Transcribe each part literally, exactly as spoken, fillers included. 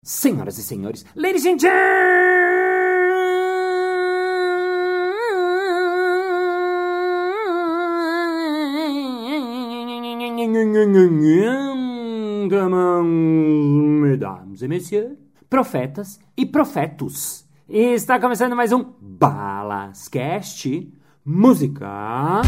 Senhoras e senhores, ladies and gentlemen, mesdames et messieurs, profetas e profetos. Está começando mais um Balascast Música.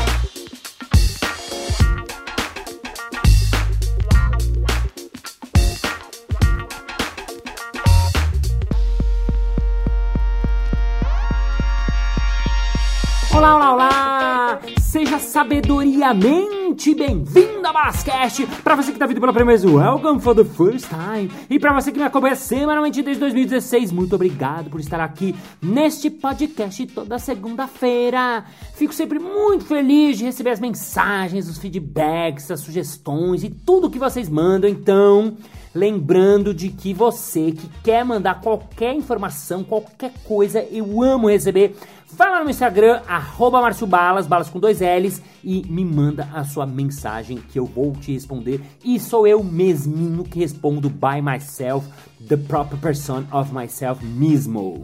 Olá, olá, olá! Seja sabedoriamente bem-vindo a Balascast! Pra você que tá vindo pela primeira vez, welcome for the first time! E pra você que me acompanha semanalmente desde dois mil e dezesseis, muito obrigado por estar aqui neste podcast toda segunda-feira! Fico sempre muito feliz de receber as mensagens, os feedbacks, as sugestões e tudo que vocês mandam, então... Lembrando de que você que quer mandar qualquer informação, qualquer coisa, eu amo receber. Vai lá no meu Instagram, arroba Márcio Balas, balas com dois L's, e me manda a sua mensagem que eu vou te responder. E sou eu mesminho que respondo by myself, the proper person of myself mesmo.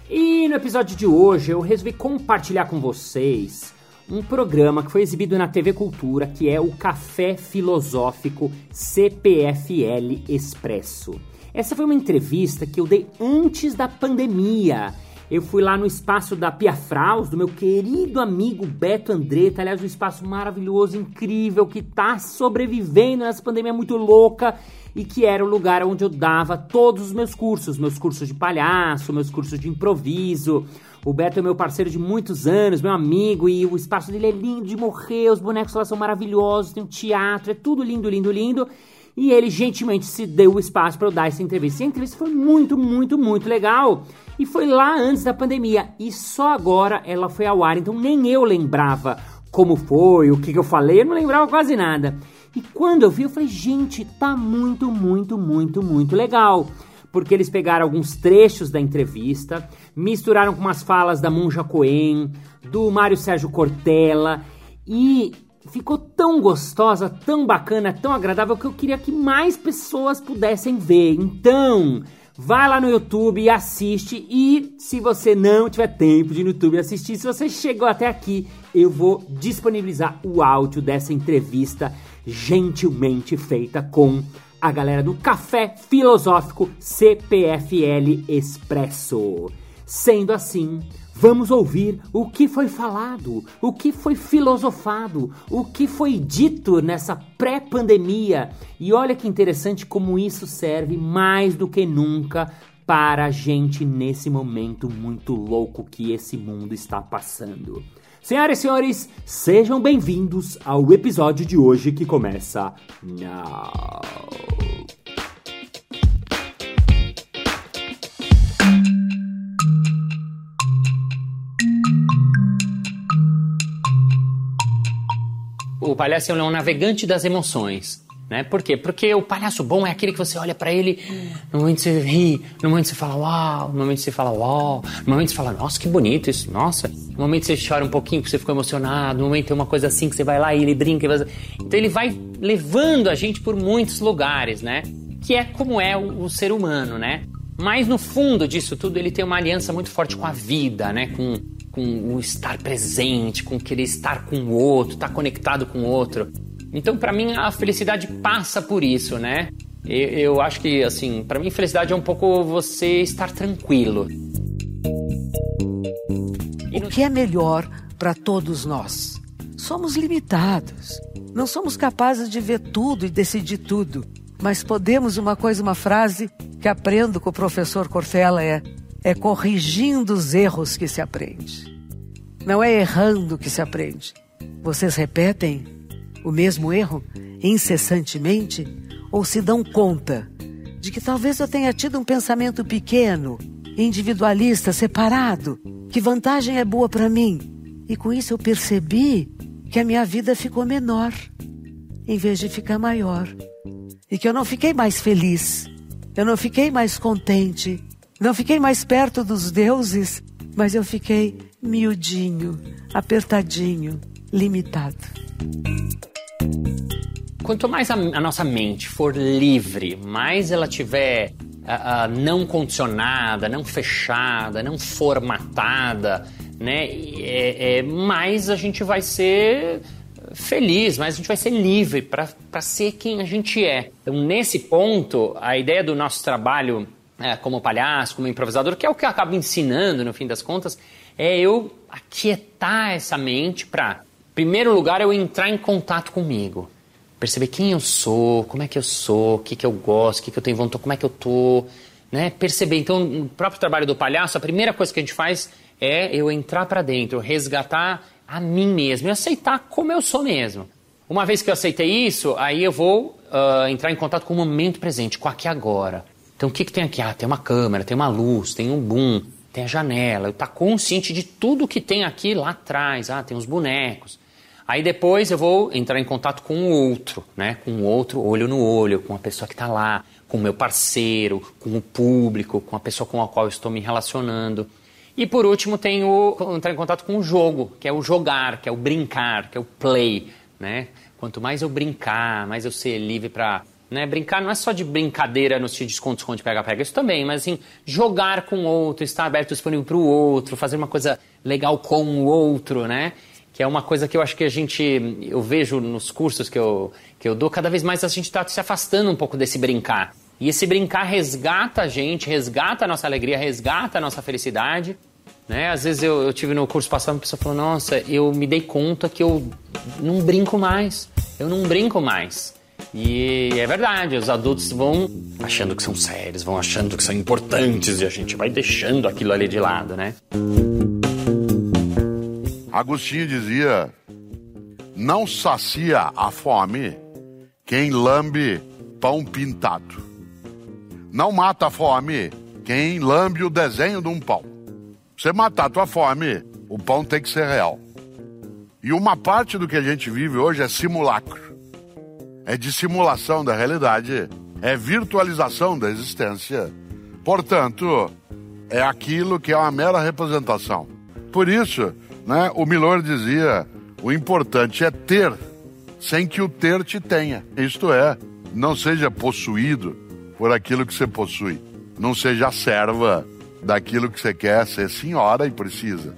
E no episódio de hoje eu resolvi compartilhar com vocês um programa que foi exibido na T V Cultura, que é o Café Filosófico C P F L Expresso. Essa foi uma entrevista que eu dei antes da pandemia. Eu fui lá no espaço da Pia Fraus, do meu querido amigo Beto Andretta, aliás, um espaço maravilhoso, incrível, que tá sobrevivendo nessa pandemia muito louca e que era o lugar onde eu dava todos os meus cursos, meus cursos de palhaço, meus cursos de improviso. O Beto é meu parceiro de muitos anos, meu amigo, e o espaço dele é lindo de morrer, os bonecos lá são maravilhosos, tem um teatro, é tudo lindo, lindo, lindo. E ele gentilmente se deu o espaço para eu dar essa entrevista. E a entrevista foi muito, muito, muito legal. E foi lá antes da pandemia. E só agora ela foi ao ar, então nem eu lembrava como foi, o que, que eu falei, eu não lembrava quase nada. E quando eu vi, eu falei, gente, tá muito, muito, muito, muito legal. Porque eles pegaram alguns trechos da entrevista, misturaram com umas falas da Monja Coen, do Mário Sérgio Cortella, e ficou tão gostosa, tão bacana, tão agradável, que eu queria que mais pessoas pudessem ver. Então, vai lá no YouTube e assiste, e se você não tiver tempo de ir no YouTube assistir, se você chegou até aqui, eu vou disponibilizar o áudio dessa entrevista gentilmente feita com a galera do Café Filosófico C P F L Expresso. Sendo assim, vamos ouvir o que foi falado, o que foi filosofado, o que foi dito nessa pré-pandemia. E olha que interessante como isso serve mais do que nunca para a gente nesse momento muito louco que esse mundo está passando. Senhoras e senhores, sejam bem-vindos ao episódio de hoje que começa now. O palhaço é um navegante das emoções, né? Por quê? Porque o palhaço bom é aquele que você olha pra ele, no momento você ri, no momento você fala uau, no momento você fala uau, no momento você fala nossa, que bonito isso, nossa. No momento você chora um pouquinho porque você ficou emocionado, no momento tem uma coisa assim que você vai lá e ele brinca. E vai... Então ele vai levando a gente por muitos lugares, né? Que é como é o, o ser humano, né? Mas no fundo disso tudo ele tem uma aliança muito forte com a vida, né? Com, com o estar presente, com querer estar com o outro, estar conectado com o outro. Então, pra mim, a felicidade passa por isso, né? Eu, eu acho que, assim, pra mim, felicidade é um pouco você estar tranquilo. O que é melhor para todos nós? Somos limitados. Não somos capazes de ver tudo e decidir tudo. Mas podemos, uma coisa, uma frase que aprendo com o professor Cortella é é corrigindo os erros que se aprende. Não é errando que se aprende. Vocês repetem o mesmo erro incessantemente ou se dão conta de que talvez eu tenha tido um pensamento pequeno, individualista, separado? Que vantagem é boa para mim? E com isso eu percebi que a minha vida ficou menor, em vez de ficar maior. E que eu não fiquei mais feliz, eu não fiquei mais contente, não fiquei mais perto dos deuses, mas eu fiquei miudinho, apertadinho, limitado. Quanto mais a, a nossa mente for livre, mais ela tiver uh, uh, não condicionada, não fechada, não formatada, né? É, é, mais a gente vai ser feliz, mais a gente vai ser livre para ser quem a gente é. Então, nesse ponto, a ideia do nosso trabalho é, como palhaço, como improvisador, que é o que eu acabo ensinando, no fim das contas, é eu aquietar essa mente para, em primeiro lugar, eu entrar em contato comigo. Perceber quem eu sou, como é que eu sou, o que, que eu gosto, o que, que eu tenho vontade, como é que eu tô, né? Perceber. Então, no próprio trabalho do palhaço, a primeira coisa que a gente faz é eu entrar para dentro, resgatar a mim mesmo e aceitar como eu sou mesmo. Uma vez que eu aceitei isso, aí eu vou uh, entrar em contato com o momento presente, com aqui e agora. Então, o que, que tem aqui? Ah, tem uma câmera, tem uma luz, tem um boom, tem a janela. Eu estou consciente de tudo que tem aqui lá atrás. Ah, tem os bonecos. Aí depois eu vou entrar em contato com o outro, né? Com o outro, olho no olho, com a pessoa que está lá, com o meu parceiro, com o público, com a pessoa com a qual eu estou me relacionando. E por último tem o entrar em contato com o jogo, que é o jogar, que é o brincar, que é o play, né? Quanto mais eu brincar, mais eu ser livre para... Né? Brincar não é só de brincadeira no sentido de esconde-esconde, pega-pega, isso também, mas assim, jogar com o outro, estar aberto, disponível para o outro, fazer uma coisa legal com o outro, né? Que é uma coisa que eu acho que a gente, eu vejo nos cursos que eu, que eu dou, cada vez mais a gente está se afastando um pouco desse brincar. E esse brincar resgata a gente, resgata a nossa alegria, resgata a nossa felicidade. Né? Às vezes eu, eu tive no curso passado, uma pessoa falou, nossa, eu me dei conta que eu não brinco mais, eu não brinco mais. E é verdade, os adultos vão achando que são sérios, vão achando que são importantes e a gente vai deixando aquilo ali de lado, né? Agostinho dizia, não sacia a fome quem lambe pão pintado. Não mata a fome quem lambe o desenho de um pão. Você matar a tua fome, o pão tem que ser real. E uma parte do que a gente vive hoje é simulacro. É dissimulação da realidade, é virtualização da existência. Portanto, é aquilo que é uma mera representação. Por isso, né, o Milor dizia, o importante é ter, sem que o ter te tenha. Isto é, não seja possuído por aquilo que você possui. Não seja serva daquilo que você quer ser senhora e precisa.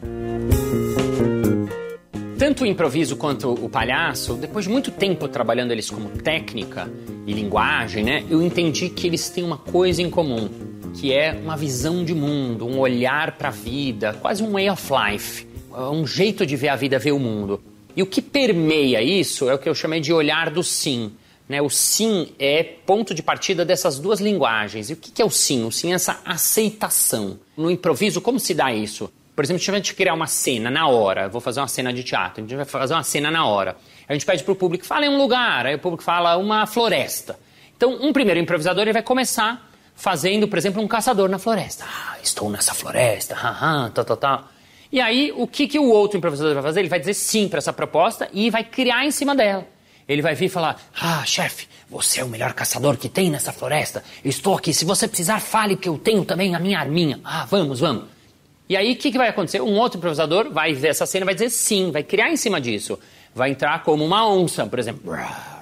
Tanto o improviso quanto o palhaço, depois de muito tempo trabalhando eles como técnica e linguagem, né, eu entendi que eles têm uma coisa em comum, que é uma visão de mundo, um olhar para a vida, quase um way of life, um jeito de ver a vida, ver o mundo. E o que permeia isso é o que eu chamei de olhar do sim. Né? O sim é ponto de partida dessas duas linguagens. E o que é o sim? O sim é essa aceitação. No improviso, como se dá isso? Por exemplo, se a gente criar uma cena na hora, vou fazer uma cena de teatro, a gente vai fazer uma cena na hora. A gente pede para o público, fala em um lugar, aí o público fala uma floresta. Então, um primeiro improvisador ele vai começar fazendo, por exemplo, um caçador na floresta. Ah, estou nessa floresta, haha, tal, tal, tal. E aí, o que, que o outro improvisador vai fazer? Ele vai dizer sim para essa proposta e vai criar em cima dela. Ele vai vir e falar, ah, chefe, você é o melhor caçador que tem nessa floresta. Eu estou aqui, se você precisar, fale que eu tenho também a minha arminha. Ah, vamos, vamos. E aí, o que, que vai acontecer? Um outro improvisador vai ver essa cena e vai dizer sim, vai criar em cima disso. Vai entrar como uma onça, por exemplo.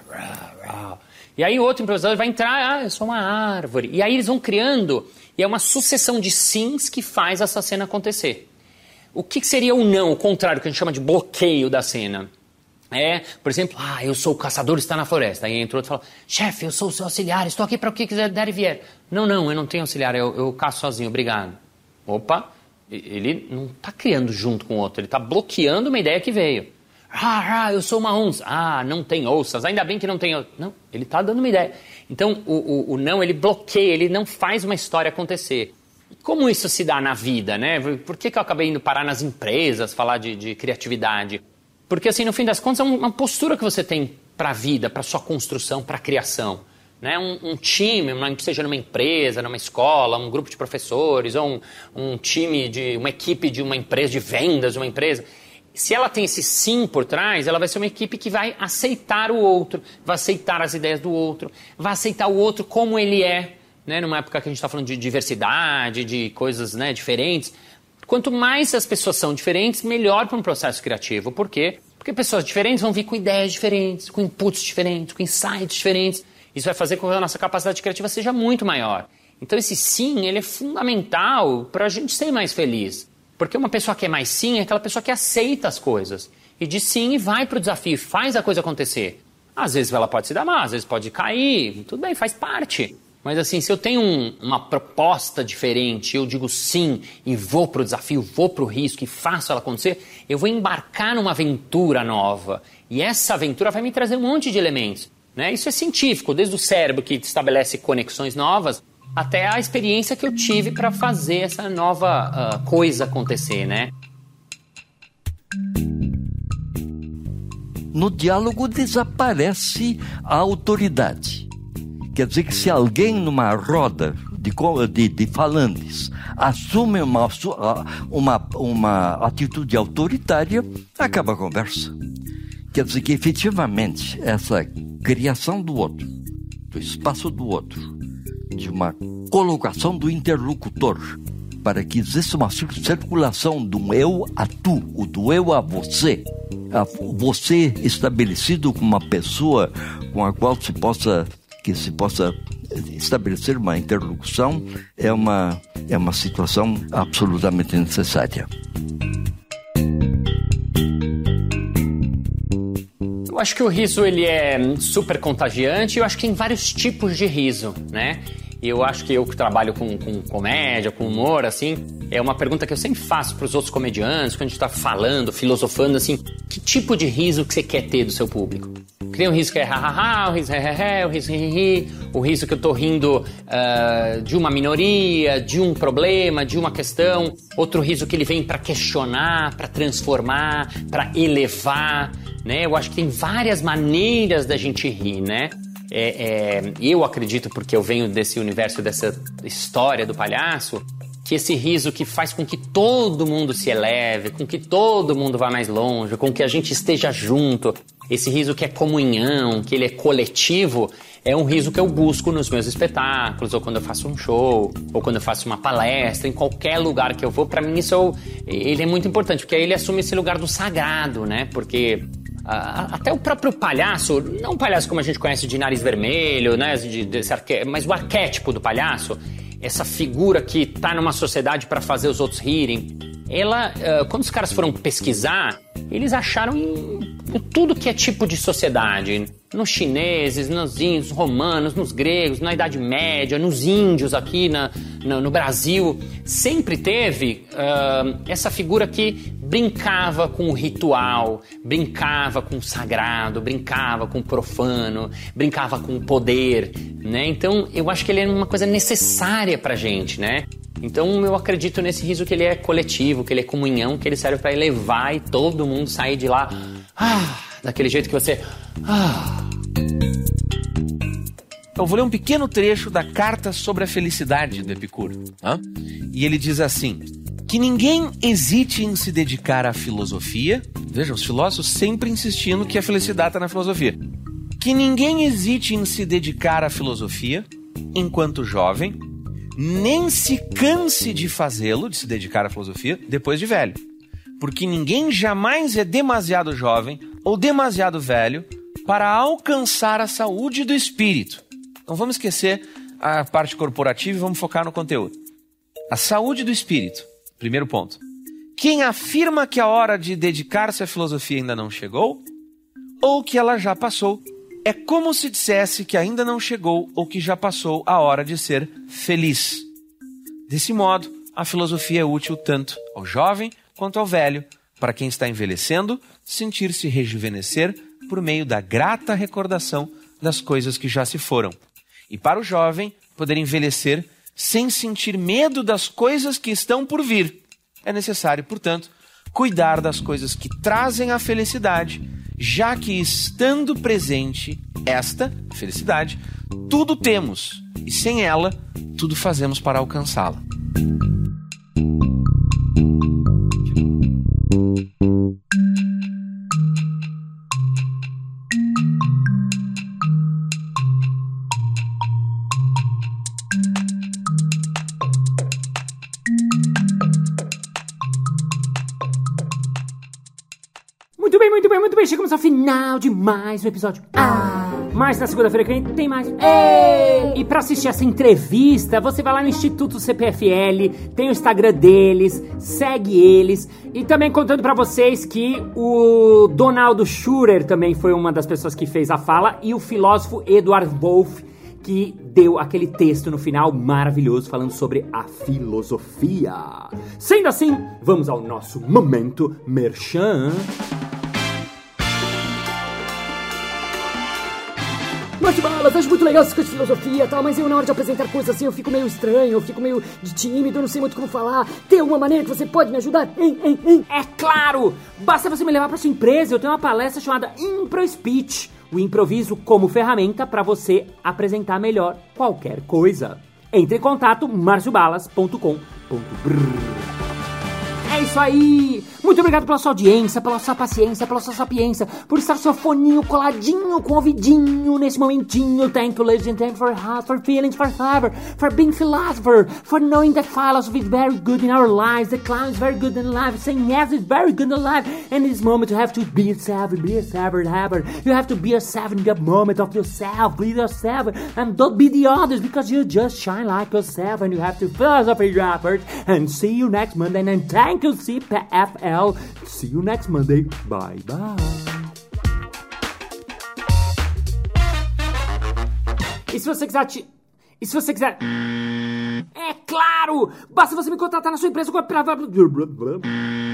E aí, o outro improvisador vai entrar, ah, eu sou uma árvore. E aí, eles vão criando, e é uma sucessão de sims que faz essa cena acontecer. O que, que seria o não, o contrário, que a gente chama de bloqueio da cena? É, por exemplo, ah, eu sou o caçador, está na floresta. Aí entra outro e fala, chefe, eu sou o seu auxiliar, estou aqui para o que quiser der e vier. Não, não, eu não tenho auxiliar, eu, eu caço sozinho, obrigado. Opa, ele não está criando junto com o outro, ele está bloqueando uma ideia que veio. Ah, ah, eu sou uma onça. Ah, não tem onças, ainda bem que não tem... Não, ele está dando uma ideia. Então, o, o, o não, ele bloqueia, ele não faz uma história acontecer. Como isso se dá na vida, né? Por que, que eu acabei indo parar nas empresas, falar de, de criatividade? Porque, assim, no fim das contas, é uma postura que você tem para a vida, para a sua construção, para a criação. Né? Um, um time, seja numa empresa, numa escola, um grupo de professores, ou um, um time, de uma equipe de uma empresa, de vendas de uma empresa. Se ela tem esse sim por trás, ela vai ser uma equipe que vai aceitar o outro, vai aceitar as ideias do outro, vai aceitar o outro como ele é. Né? Numa época que a gente está falando de diversidade, de coisas, né, diferentes. Quanto mais as pessoas são diferentes, melhor para um processo criativo. Por quê? Porque pessoas diferentes vão vir com ideias diferentes, com inputs diferentes, com insights diferentes. Isso vai fazer com que a nossa capacidade criativa seja muito maior. Então esse sim, ele é fundamental para a gente ser mais feliz. Porque uma pessoa que é mais sim é aquela pessoa que aceita as coisas. E diz sim e vai pro desafio, faz a coisa acontecer. Às vezes ela pode se dar mal, às vezes pode cair, tudo bem, faz parte. Mas assim, se eu tenho um, uma proposta diferente, eu digo sim e vou pro desafio, vou pro risco e faço ela acontecer, eu vou embarcar numa aventura nova. E essa aventura vai me trazer um monte de elementos, né? Isso é científico, desde o cérebro que estabelece conexões novas, até a experiência que eu tive para fazer essa nova uh, coisa acontecer, né? No diálogo desaparece a autoridade. Quer dizer que se alguém numa roda de, de, de falantes assume uma, uma, uma atitude autoritária, acaba a conversa. Quer dizer que efetivamente essa criação do outro, do espaço do outro, de uma colocação do interlocutor, para que exista uma circulação do eu a tu, o do eu a você, a você estabelecido como uma pessoa com a qual se possa, que se possa estabelecer uma interlocução, é uma, é uma situação absolutamente necessária. Eu acho que o riso ele é super contagiante e eu acho que tem vários tipos de riso, né? E eu acho que eu que trabalho com, com comédia, com humor, assim, é uma pergunta que eu sempre faço para os outros comediantes, quando a gente está falando, filosofando, assim, que tipo de riso que você quer ter do seu público? Tem um riso que é ha-ha-ha, o riso é o riso ri-ri, o riso que eu tô rindo uh, de uma minoria, de um problema, de uma questão, outro riso que ele vem para questionar, para transformar, para elevar, né? Eu acho que tem várias maneiras da gente rir, né? É, é, eu acredito, porque eu venho desse universo, dessa história do palhaço, que esse riso que faz com que todo mundo se eleve, com que todo mundo vá mais longe, com que a gente esteja junto, esse riso que é comunhão, que ele é coletivo, é um riso que eu busco nos meus espetáculos, ou quando eu faço um show, ou quando eu faço uma palestra, em qualquer lugar que eu vou. Para mim isso é, ele é muito importante, porque aí ele assume esse lugar do sagrado, né? Porque Uh, até o próprio palhaço, não um palhaço como a gente conhece de nariz vermelho, né, de, de, de arque... mas o arquétipo do palhaço, essa figura que tá numa sociedade para fazer os outros rirem, ela, uh, quando os caras foram pesquisar, eles acharam em, em tudo que é tipo de sociedade, nos chineses, nos índios, romanos, nos gregos, na Idade Média, nos índios aqui na, na, no Brasil, sempre teve uh, essa figura que brincava com o ritual, brincava com o sagrado, brincava com o profano, brincava com o poder, né? Então, eu acho que ele é uma coisa necessária pra gente, né? Então, eu acredito nesse riso que ele é coletivo, que ele é comunhão, que ele serve pra elevar e todo mundo sair de lá, ah, daquele jeito que você... Ah. Eu vou ler um pequeno trecho da Carta sobre a Felicidade do Epicuro. Tá? E ele diz assim: que ninguém hesite em se dedicar à filosofia. Veja, os filósofos sempre insistindo que a felicidade está na filosofia. Que ninguém hesite em se dedicar à filosofia enquanto jovem, nem se canse de fazê-lo, de se dedicar à filosofia, depois de velho. Porque ninguém jamais é demasiado jovem ou demasiado velho para alcançar a saúde do espírito. Então vamos esquecer a parte corporativa e vamos focar no conteúdo. A saúde do espírito. Primeiro ponto. Quem afirma que a hora de dedicar-se à filosofia ainda não chegou, ou que ela já passou, é como se dissesse que ainda não chegou ou que já passou a hora de ser feliz. Desse modo, a filosofia é útil tanto ao jovem quanto ao velho, para quem está envelhecendo, sentir-se rejuvenescer por meio da grata recordação das coisas que já se foram. E para o jovem, poder envelhecer sem sentir medo das coisas que estão por vir. É necessário, portanto, cuidar das coisas que trazem a felicidade, já que estando presente esta felicidade, tudo temos, e sem ela, tudo fazemos para alcançá-la. Muito bem, muito bem, muito bem. Chegamos ao final de mais um episódio. Ah! Mas na segunda-feira que vem tem mais. Ei! E pra assistir essa entrevista, você vai lá no Instituto C P F L, tem o Instagram deles, segue eles. E também contando pra vocês que o Donaldo Schurer também foi uma das pessoas que fez a fala, e o filósofo Edward Wolff, que deu aquele texto no final maravilhoso falando sobre a filosofia. Sendo assim, vamos ao nosso momento merchan. Márcio Balas, acho muito legal essas coisas de filosofia e tal, mas eu na hora de apresentar coisas assim eu fico meio estranho, eu fico meio de tímido, eu não sei muito como falar. Tem alguma maneira que você pode me ajudar? Hein, hein, hein? É claro! Basta você me levar pra sua empresa, eu tenho uma palestra chamada Impro Speech, o improviso como ferramenta para você apresentar melhor qualquer coisa. Entre em contato marcio balas ponto com ponto br. É isso aí! Muito obrigado pela sua audiência, pela sua paciência, pela sua sapiência, por estar seu foninho coladinho com o ouvidinho nesse momentinho. Thank you, ladies and gentlemen, for heart, for feelings, for cyber, for being philosopher, for knowing that philosophy is very good in our lives, the clown is very good in life, saying yes is very good in life, and in this moment you have to be a seven, be a seven, haver. You have to be a seven in the moment of yourself, be yourself, and don't be the others, because you just shine like yourself, and you have to philosophy your effort, and see you next Monday, and thank you, C P F L. See you next Monday. Bye, bye. E se você quiser... Te... E se você quiser... É claro! Basta você me contratar na sua empresa com...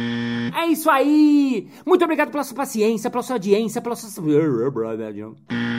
É isso aí! Muito obrigado pela sua paciência, pela sua audiência, pela sua...